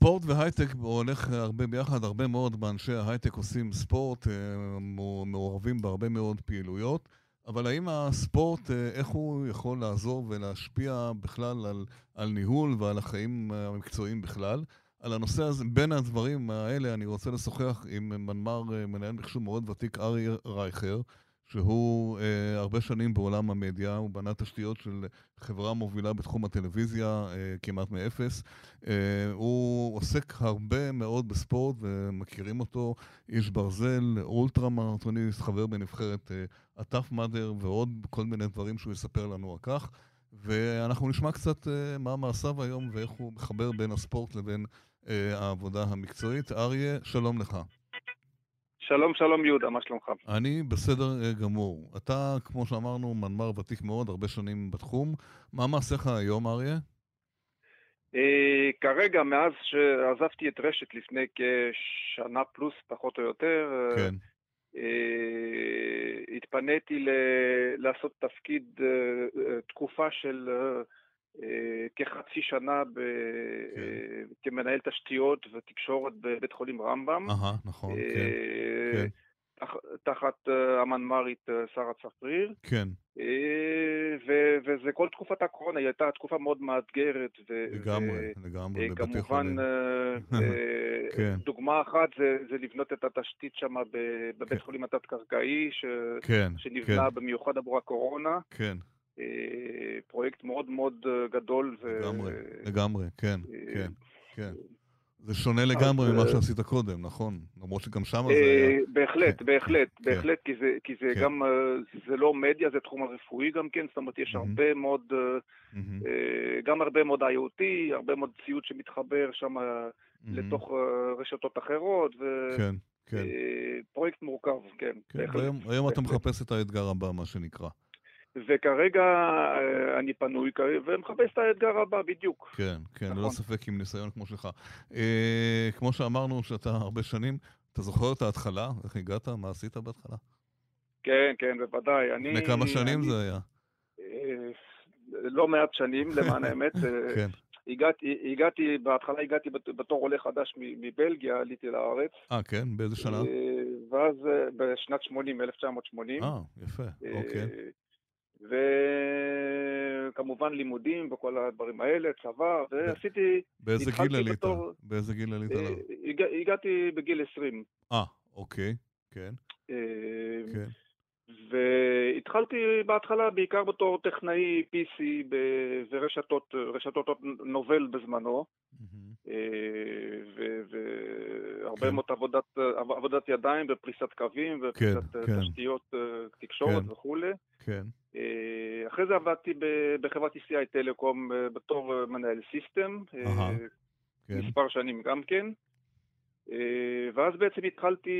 ספורט והייטק הולך הרבה ביחד, הרבה מאוד מאנשי ההייטק עושים ספורט, מעורבים בהרבה מאוד פעילויות, אבל האם הספורט, איך הוא יכול לעזור ולהשפיע בכלל על ניהול ועל החיים המקצועיים בכלל? על הנושא הזה, בין הדברים האלה, אני רוצה לשוחח עם מנמ"ר, מנהל מחשוב מאוד ותיק, ארי רייכר, שהוא הרבה שנים בעולם המדיה, הוא בנה תשתיות של חברה מובילה בתחום הטלוויזיה, כמעט מאפס. הוא עוסק הרבה מאוד בספורט ומכירים אותו, איש ברזל, אולטרה מרתוניסט, חבר בנבחרת הטף מאדר ועוד כל מיני דברים שהוא יספר לנו על כך. ואנחנו נשמע קצת מה מעשיו היום ואיך הוא מחבר בין הספורט לבין העבודה המקצועית. אריה, שלום לך. שלום, שלום יהודה, מה שלומך? אני בסדר גמור. אתה, כמו שאמרנו, מנמ"ר ותיק מאוד, הרבה שנים בתחום. מה מעשיך היום, אריה? כרגע, מאז שעזבתי את רשת לפני כשנה פלוס, פחות או יותר, כן. התפניתי לעשות תפקיד תקופה של כחצי שנה כן. כמנהל תשתיות ותקשורת בבית חולים רמב"ם. נכון, כן. כן. תחת המנמ"רית שרה צפריר. כן. וזה כל תקופת הקורונה, היא הייתה תקופה מאוד מאתגרת. לגמרי, בבתי כמובן, חולים. כן. דוגמה אחת זה לבנות את התשתית שם בבית חולים התת-קרקעי, כן, כן, שנבנה במיוחד עבור הקורונה. כן. פרויקט מאוד מאוד גדול. לגמרי, כן, כן, כן. זה שונה אז לגמרי ממה שעשית קודם, נכון? למרות שגם שם זה היה... בהחלט, בהחלט, כן, בהחלט, כי זה כן. גם, זה לא מדיה, זה תחום הרפואי גם כן, זאת אומרת, יש הרבה מאוד, גם הרבה מאוד IoT, הרבה מאוד ציוד שמתחבר שם לתוך רשתות אחרות, כן, כן. ופרויקט מורכב, כן, בהחלט. והיום אתה מחפש את האתגר הבא, מה שנקרא. וכרגע אני פנוי ומחפש את האתגר הבא בדיוק. כן, כן, נכון. ללא ספק עם ניסיון כמו שלך. כמו שאמרנו שאתה הרבה שנים, אתה זוכר את ההתחלה? איך הגעת? מה עשית בהתחלה? כן, כן, בוודאי. לפני כמה שנים זה היה? לא מעט שנים, למען האמת. כן. בהתחלה הגעתי בתור עולה חדש מבלגיה, עליתי לארץ. כן? באיזה שנה? ואז בשנת 1980. יפה, אוקיי. וכמובן לימודים וכל הדברים האלה, צבא, ועשיתי... באיזה גיל עלית? באיזה גיל עלית? הגעתי בגיל 20. אוקיי, כן. כן. והתחלתי בהתחלה בעיקר בתור טכנאי PC ורשתות נובל בזמנו, והרבה מאוד עבודת ידיים בפריסת קווים ופריסת תשתיות תקשורת וכו'. אחרי זה עבדתי בחברת ECI טלקום בתור מנהל סיסטם, מספר שנים גם כן. ואז בעצם התחלתי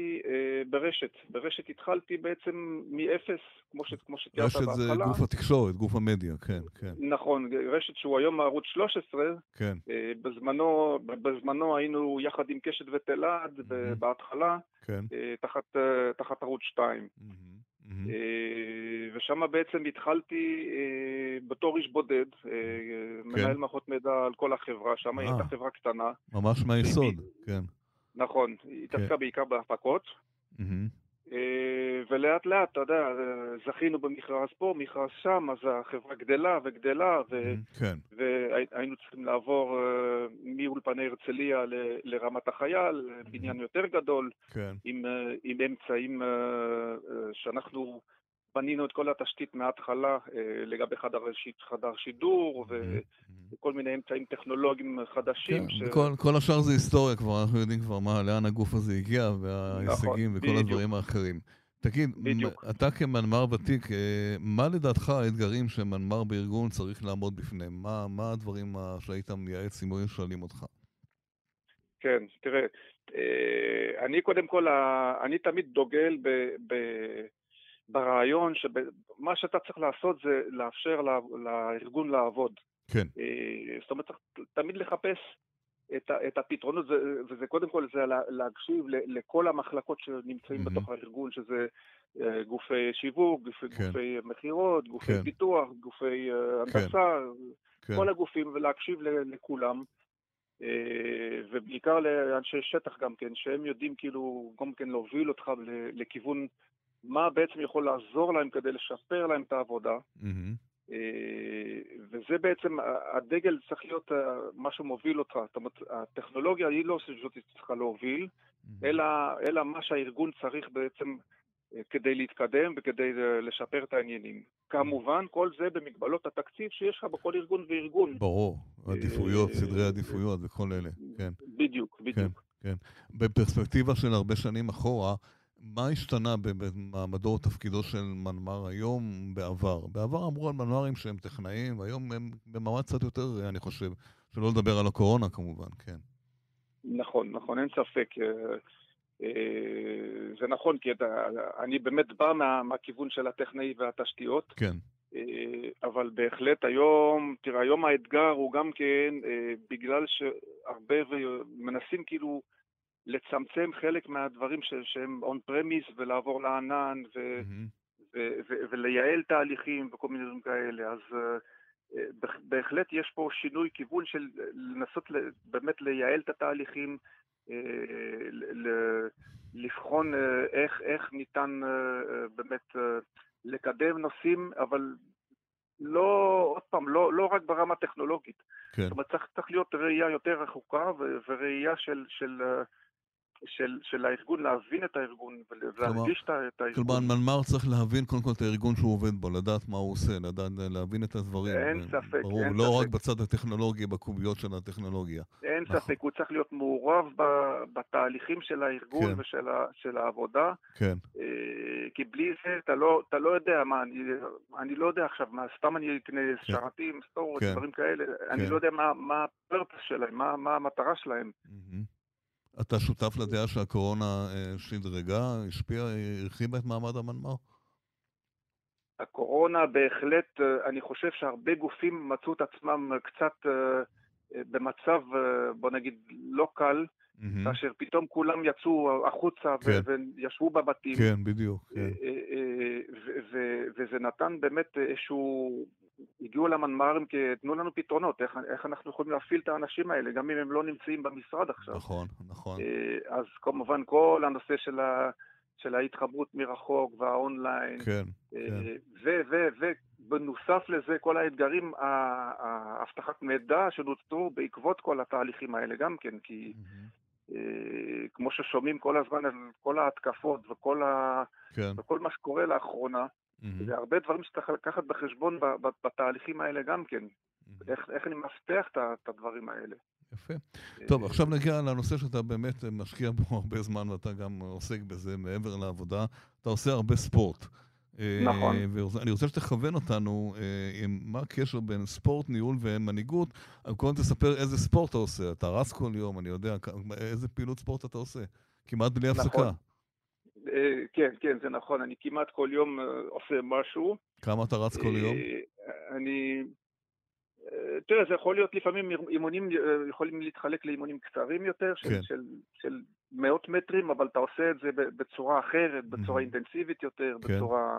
ברשת התחלתי בעצם מאפס, כמו שתיארת בהתחלה. רשת זה גוף התקשורת, גוף המדיה, כן, כן. נכון, רשת שהוא היום ערוץ 13, כן. בזמנו היינו יחד עם קשת ותלעד בהתחלה, כן. תחת ערוץ 2. ושם בעצם התחלתי בתור איש בודד, מנהל מערכות מידע על כל החברה, שם הייתה חברה קטנה. ממש מהיסוד, כן. נכון, היא התעסקה בעיקר בהפקות, ולאט לאט, אתה יודע, זכינו במכרז פה, מכרז שם, אז החברה גדלה וגדלה, והיינו צריכים לעבור מאולפני הרצליה לרמת החייל, בניין יותר גדול, עם אמצעים שאנחנו בנינו את כל התשתית מההתחלה לגבי חדר שידור וכל מיני אמצעים טכנולוגיים חדשים. כל השאר זה היסטוריה כבר, אנחנו יודעים כבר לאן הגוף הזה הגיע וההישגים וכל הדברים האחרים. תגיד, אתה כמנמ"ר ותיק, מה לדעתך האתגרים שמנמ"ר בארגון צריך לעמוד בפניהם? מה הדברים שהיית מייעץ אם היו שואלים אותך? כן, תראה, אני קודם כל, אני תמיד דוגל ברעיון שמה שאתה צריך לעשות זה לאפשר לארגון לעבוד. כן. זאת אומרת, צריך תמיד לחפש את הפתרונות, וזה קודם כל זה להקשיב לכל המחלקות שנמצאים בתוך הארגון, שזה גופי שיווק, גופי מחירות, גופי פיתוח, גופי הנדסה, כל הגופים, ולהקשיב לכולם. ובעיקר לאנשי שטח גם כן, שהם יודעים כאילו גם כן להוביל אותך לכיוון מה בעצם יכול לעזור להם כדי לשפר להם את העבודה. וזה בעצם, הדגל צריך להיות משהו מוביל אותך. זאת אומרת, הטכנולוגיה היא לא שזאת צריכה להוביל, אלא מה שהארגון צריך בעצם כדי להתקדם וכדי לשפר את העניינים. כמובן, כל זה במגבלות התקציב שיש לך בכל ארגון וארגון. ברור, עדיפויות, סדרי עדיפויות וכל אלה, כן. בדיוק, בדיוק. כן. בפרספקטיבה של הרבה שנים אחורה, מה השתנה במעמדו או תפקידו של מנמ"ר היום בעבר? בעבר אמרו על מנמ"רים שהם טכנאים, והיום הם במעמד קצת יותר, אני חושב, שלא לדבר על הקורונה כמובן, כן. נכון, אין ספק. זה נכון, כי אני באמת בא מהכיוון של הטכנאי והתשתיות. כן. אבל בהחלט היום, תראה, היום האתגר הוא גם כן, בגלל שהרבה מנסים כאילו לצמצם חלק מהדברים שהם on premise ולעבור לענן ולייעל תהליכים וכל מיני דברים כאלה. אז בהחלט יש פה שינוי כיוון של לנסות באמת לייעל את התהליכים, לבחון איך ניתן באמת לקדם נושאים, אבל לא, עוד פעם, לא רק ברמה טכנולוגית. כן. זאת אומרת, צריך להיות ראייה יותר רחוקה וראייה של הארגון, להבין את הארגון ולהרגיש את הארגון. כלומר, מנמ"ר צריך להבין קודם כל את הארגון שהוא עובד בו, לדעת מה הוא עושה, להבין את הדברים. אין ספק. ברור, לא רק בצד הטכנולוגי, בקוביות של הטכנולוגיה. אין ספק, הוא צריך להיות מעורב בתהליכים של הארגון ושל העבודה. כן. כי בלי זה אתה לא יודע מה, אני לא יודע עכשיו, סתם אני אקנה שרתים, סטורות, דברים כאלה, אני לא יודע מה הפרפס שלהם, מה המטרה שלהם. אתה שותף לדעה שהקורונה שדרגה, השפיעה, הרחיבה את מעמד המנמ"ר? הקורונה בהחלט, אני חושב שהרבה גופים מצאו את עצמם קצת במצב, בוא נגיד, לא קל, כאשר פתאום כולם יצאו החוצה וישבו בבתים. כן, בדיוק. וזה נתן באמת איזשהו, הגיעו למנמ"רים כי תנו לנו פתרונות, איך אנחנו יכולים להפעיל את האנשים האלה, גם אם הם לא נמצאים במשרד עכשיו. נכון. אז כמובן כל הנושא של ההתחברות מרחוק והאונליין, ובנוסף לזה כל האתגרים, ההבטחת מידע שנוצרו בעקבות כל התהליכים האלה גם כן, כי כמו ששומעים כל הזמן על כל ההתקפות וכל מה שקורה לאחרונה, זה הרבה דברים שצריך לקחת בחשבון בתהליכים האלה גם כן. איך אני מפתח את הדברים האלה. יפה. טוב, עכשיו נגיע לנושא שאתה באמת משקיע בו הרבה זמן ואתה גם עוסק בזה מעבר לעבודה. אתה עושה הרבה ספורט. נכון. ואני רוצה שתכוון אותנו עם מה הקשר בין ספורט, ניהול ומנהיגות. קודם תספר איזה ספורט אתה עושה. אתה רץ כל יום, אני יודע איזה פעילות ספורט אתה עושה. כמעט בלי הפסקה. כן, זה נכון. אני כמעט כל יום עושה משהו. כמה אתה רץ כל יום? תראה, זה יכול להיות לפעמים אימונים, יכולים להתחלק לאימונים קצרים יותר, של מאות מטרים, אבל אתה עושה את זה בצורה אחרת, בצורה אינטנסיבית יותר, בצורה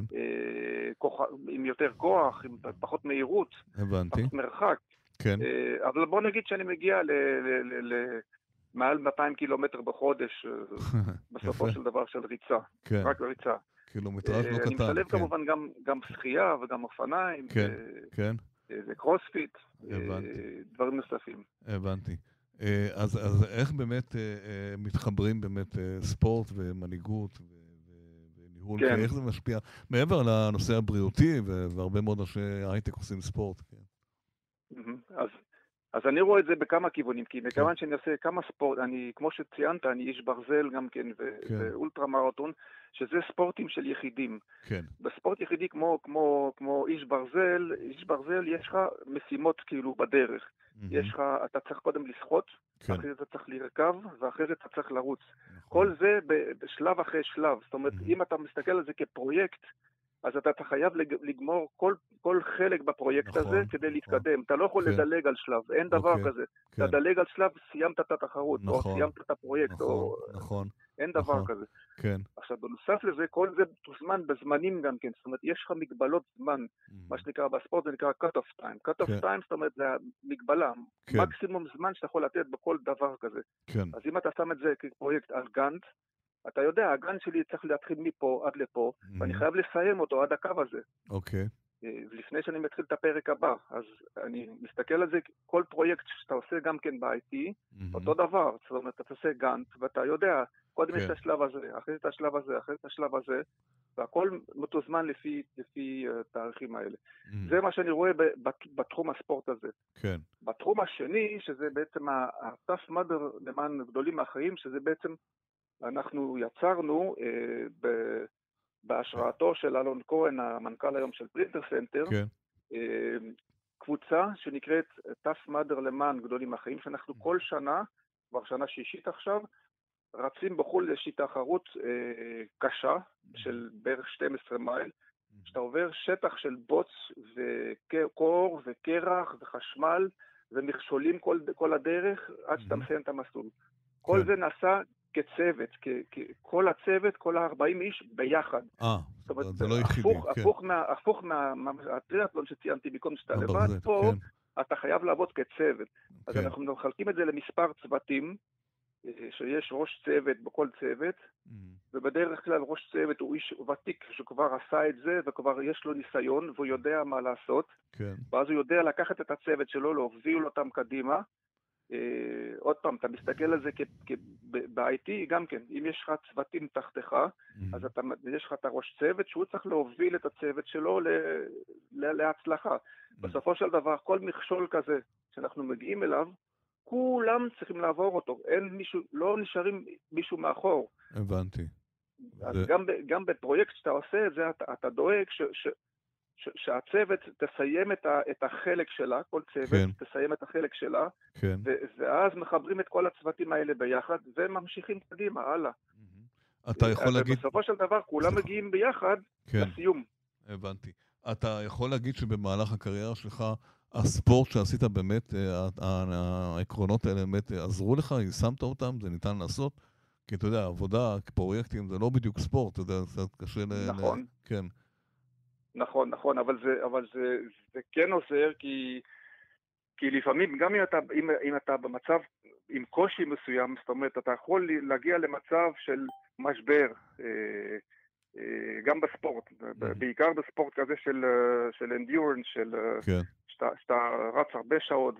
עם יותר כוח, עם פחות מהירות, פחות מרחק. אבל בוא נגיד שאני מגיע מעל 200 קילומטר בחודש, בסופו של דבר של ריצה, רק ריצה. קילומטראז' לא קטן. אני משלב כמובן גם שחייה וגם אופניים. כן. זה קרוספיט, דברים נוספים. הבנתי. אז איך באמת מתחברים באמת ספורט ומנהיגות וניהול? איך זה משפיע? מעבר לנושא הבריאותי, והרבה מאוד אנשי הייטק עושים ספורט. אז אני רואה את זה בכמה כיוונים, כי מכיוון שאני עושה כמה ספורט, כמו שציינת, אני איש ברזל גם כן, ואולטרה מרתון, שזה ספורטים של יחידים. כן. בספורט יחידי כמו איש ברזל יש לך משימות כאילו בדרך. אתה צריך קודם לשחות, אחרי זה אתה צריך לרכב, ואחרי זה אתה צריך לרוץ. כל זה בשלב אחרי שלב. זאת אומרת, אם אתה מסתכל על זה כפרויקט, אז אתה חייב לגמור כל חלק בפרויקט הזה כדי להתקדם. אתה לא יכול לדלג על שלב, אין דבר כזה. אתה דלג על שלב, סיימת את התחרות, או סיימת את הפרויקט. אין דבר כזה. כן. עכשיו, בנוסף לזה, כל זה תוזמן בזמנים גם כן, זאת אומרת, יש לך מגבלות זמן, מה שנקרא בספורט, זה נקרא cut-off time. cut-off time, זאת אומרת, זה המגבלה, מקסימום זמן שאתה יכול לתת בכל דבר כזה. אז אם אתה שם את זה כפרויקט על גאנט, אתה יודע, הגאנט שלי צריך להתחיל מפה עד לפה, ואני חייב לסיים אותו עד הקו הזה. אוקיי. לפני שאני מתחיל את הפרק הבא, אז אני מסתכל על זה, כל פרויקט שאתה עושה גם כן ב-IT, אותו דבר, זאת אומרת, אתה עושה גאנט, ואתה יודע, קודם יש את השלב הזה, אחרי את השלב הזה, אחרי את השלב הזה, והכל מתוזמן לפי תאריכים האלה. זה מה שאני רואה בתחום הספורט הזה. כן. בתחום השני, שזה בעצם ה-tough mudder למען גדולים מהחיים, שזה בעצם, אנחנו יצרנו בהשראתו של אלון כהן, המנכ"ל היום של פרינטר סנטר, קבוצה שנקראת tough mudder למען גדולים מהחיים, שאנחנו כל שנה, כבר שנה שישית עכשיו, רצים בחו"ל לאיזושהי תחרות קשה של בערך 12 מייל, שאתה עובר שטח של בוץ וקור וקרח וחשמל ומכשולים כל הדרך עד שאתה מסיים את המסלול. כל זה נעשה כצוות, כל הצוות, כל ה-40 איש ביחד. זה לא יחידי. הפוך מהטריאתלון שציינתי במקום שאתה לבד, פה אתה חייב לעבוד כצוות. אז אנחנו מחלקים את זה למספר צוותים, שיש ראש צוות בכל צוות, ובדרך כלל ראש צוות הוא איש ותיק שכבר עשה את זה, וכבר יש לו ניסיון, והוא יודע מה לעשות, ואז הוא יודע לקחת את הצוות שלו, להוביל אותם קדימה. עוד פעם, אתה מסתכל על זה ב-IT גם כן, אם יש לך צוותים תחתיך, אז יש לך את הראש צוות, שהוא צריך להוביל את הצוות שלו להצלחה. בסופו של דבר, כל מכשול כזה שאנחנו מגיעים אליו, כולם צריכים לעבור אותו, לא נשארים מישהו מאחור. הבנתי. אז גם בפרויקט שאתה עושה את זה, אתה דואג שהצוות תסיים את החלק שלה, כל צוות תסיים את החלק שלה, ואז מחברים את כל הצוותים האלה ביחד, וממשיכים קדימה, הלאה. אתה יכול להגיד... בסופו של דבר, כולם מגיעים ביחד לסיום. הבנתי. אתה יכול להגיד שבמהלך הקריירה שלך, הספורט שעשית באמת, העקרונות האלה באמת עזרו לך, יישמת אותם, זה ניתן לעשות? כי אתה יודע, עבודה, פרויקטים, זה לא בדיוק ספורט, אתה יודע, זה קשה נכון. כן. נכון, אבל זה כן עוזר, כי לפעמים, גם אם אתה במצב עם קושי מסוים, זאת אומרת, אתה יכול להגיע למצב של משבר, גם בספורט, בעיקר בספורט כזה של endurance, שאתה רץ הרבה שעות,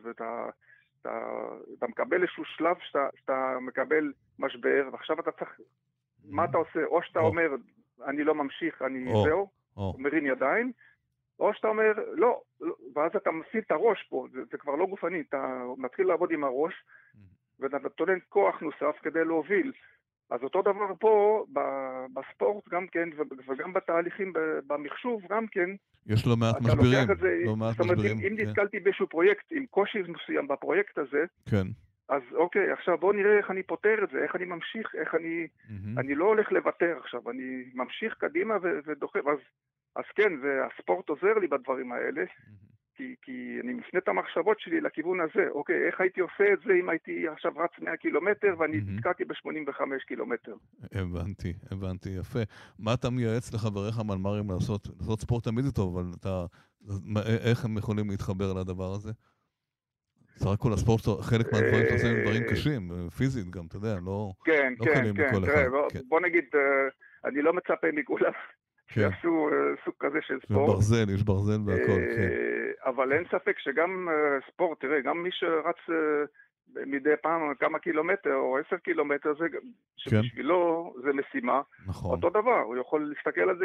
ואתה מקבל איזשהו שלב שאתה מקבל משבר, ועכשיו אתה צריך, מה אתה עושה? או שאתה אומר, אני לא ממשיך, זהו, מרים ידיים, או שאתה אומר, לא, ואז אתה מפעיל את הראש פה, זה כבר לא גופני, אתה מתחיל לעבוד עם הראש, ואתה נותן כוח נוסף כדי להוביל. אז אותו דבר פה, בספורט גם כן, וגם בתהליכים במחשוב גם כן. יש לו מעט משברים. זאת אומרת, אם נתקלתי באיזשהו פרויקט, עם קושי מסוים בפרויקט הזה, אז אוקיי, עכשיו בואו נראה איך אני פותר את זה, איך אני ממשיך, אני לא הולך לוותר עכשיו, אני ממשיך קדימה ודוחף, אז כן, והספורט עוזר לי בדברים האלה, כי אני מפנה את המחשבות שלי לכיוון הזה, אוקיי, איך הייתי עושה את זה אם הייתי עכשיו רץ 100 קילומטר ואני נתקעתי ב-85 קילומטר. הבנתי, יפה. מה אתה מייעץ לחבריך מנמ"רים לעשות ספורט תמיד זה טוב, אבל איך הם יכולים להתחבר לדבר הזה? סך הכל הספורט, חלק מהדברים שעושים הם דברים קשים, פיזית גם, אתה יודע, לא קלים לכל אחד. בוא נגיד, אני לא מצפה מכולם שיעשו סוג כזה של ספורט. יש ברזל והכל, כן. אבל אין ספק שגם ספורט, תראה, גם מי שרץ מדי פעם כמה קילומטר או 10 קילומטר, שבשבילו זה משימה. נכון. אותו דבר, הוא יכול להסתכל על זה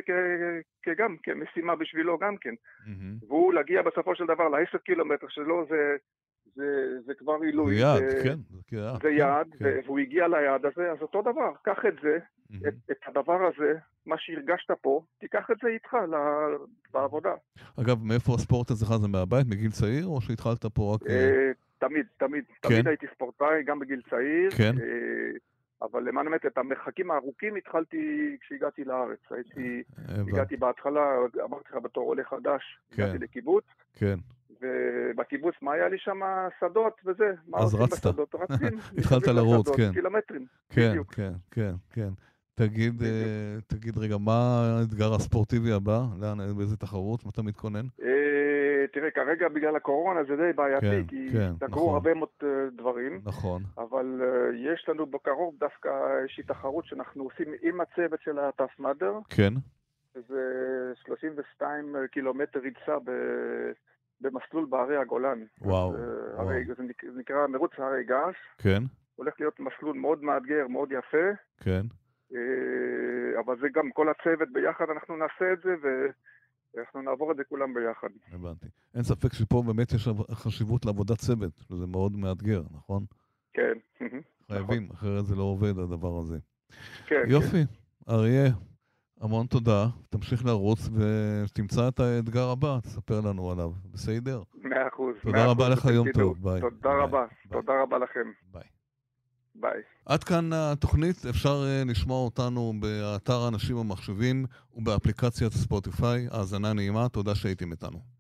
כמשימה בשבילו גם כן. והוא להגיע בסופו של דבר ל10 קילומטר שלו, זה כבר עילוי. זה יעד, כן. זה יעד, והוא הגיע ליעד הזה, אז אותו דבר, קח את זה, את הדבר הזה, מה שהרגשת פה, תיקח את זה איתך בעבודה. אגב, מאיפה הספורט אצלך? זה מהבית, מגיל צעיר, או שהתחלת פה רק... תמיד הייתי ספורטאי, גם בגיל צעיר, אבל למען האמת, את המרחקים הארוכים התחלתי כשהגעתי לארץ. הגעתי בהתחלה, אמרתי לך בתור עולה חדש, הגעתי לקיבוץ, ובקיבוץ, מה היה לי שם? שדות וזה. מה אז עושים רצת. בשדות? רצים. התחלת לרוץ, כן. קילומטרים. כן, בדיוק. כן, כן, כן. תגיד רגע, מה האתגר הספורטיבי הבא? באיזה תחרות? מה אתה מתכונן? תראה, כרגע בגלל הקורונה זה די בעייתי, כן, כי כן, סגרו נכון. הרבה מאוד דברים, נכון. אבל יש לנו בקרוב דווקא איזושהי תחרות שאנחנו עושים עם הצוות של הטף מאדר. כן. זה 32 קילומטר ריצה במסלול בהרי הגולן. וואו, וואו. זה נקרא מרוץ הרי געש. כן. הולך להיות מסלול מאוד מאתגר, מאוד יפה. כן. אבל זה גם כל הצוות ביחד, אנחנו נעשה את זה ואנחנו נעבור את זה כולם ביחד. הבנתי. אין ספק שפה באמת יש חשיבות לעבודת צוות, זה מאוד מאתגר, נכון? כן. חייבים, אחרת זה לא עובד הדבר הזה. כן. יופי, אריה, המון תודה, תמשיך לרוץ ותמצא את האתגר הבא, תספר לנו עליו, בסדר? 100%. תודה רבה לך, יום טוב, ביי. תודה רבה, תודה רבה לכם. ביי. ביי. עד כאן התוכנית, אפשר לשמוע אותנו באתר אנשים ומחשבים ובאפליקציית ספוטיפיי. האזנה נעימה, תודה שהייתם איתנו.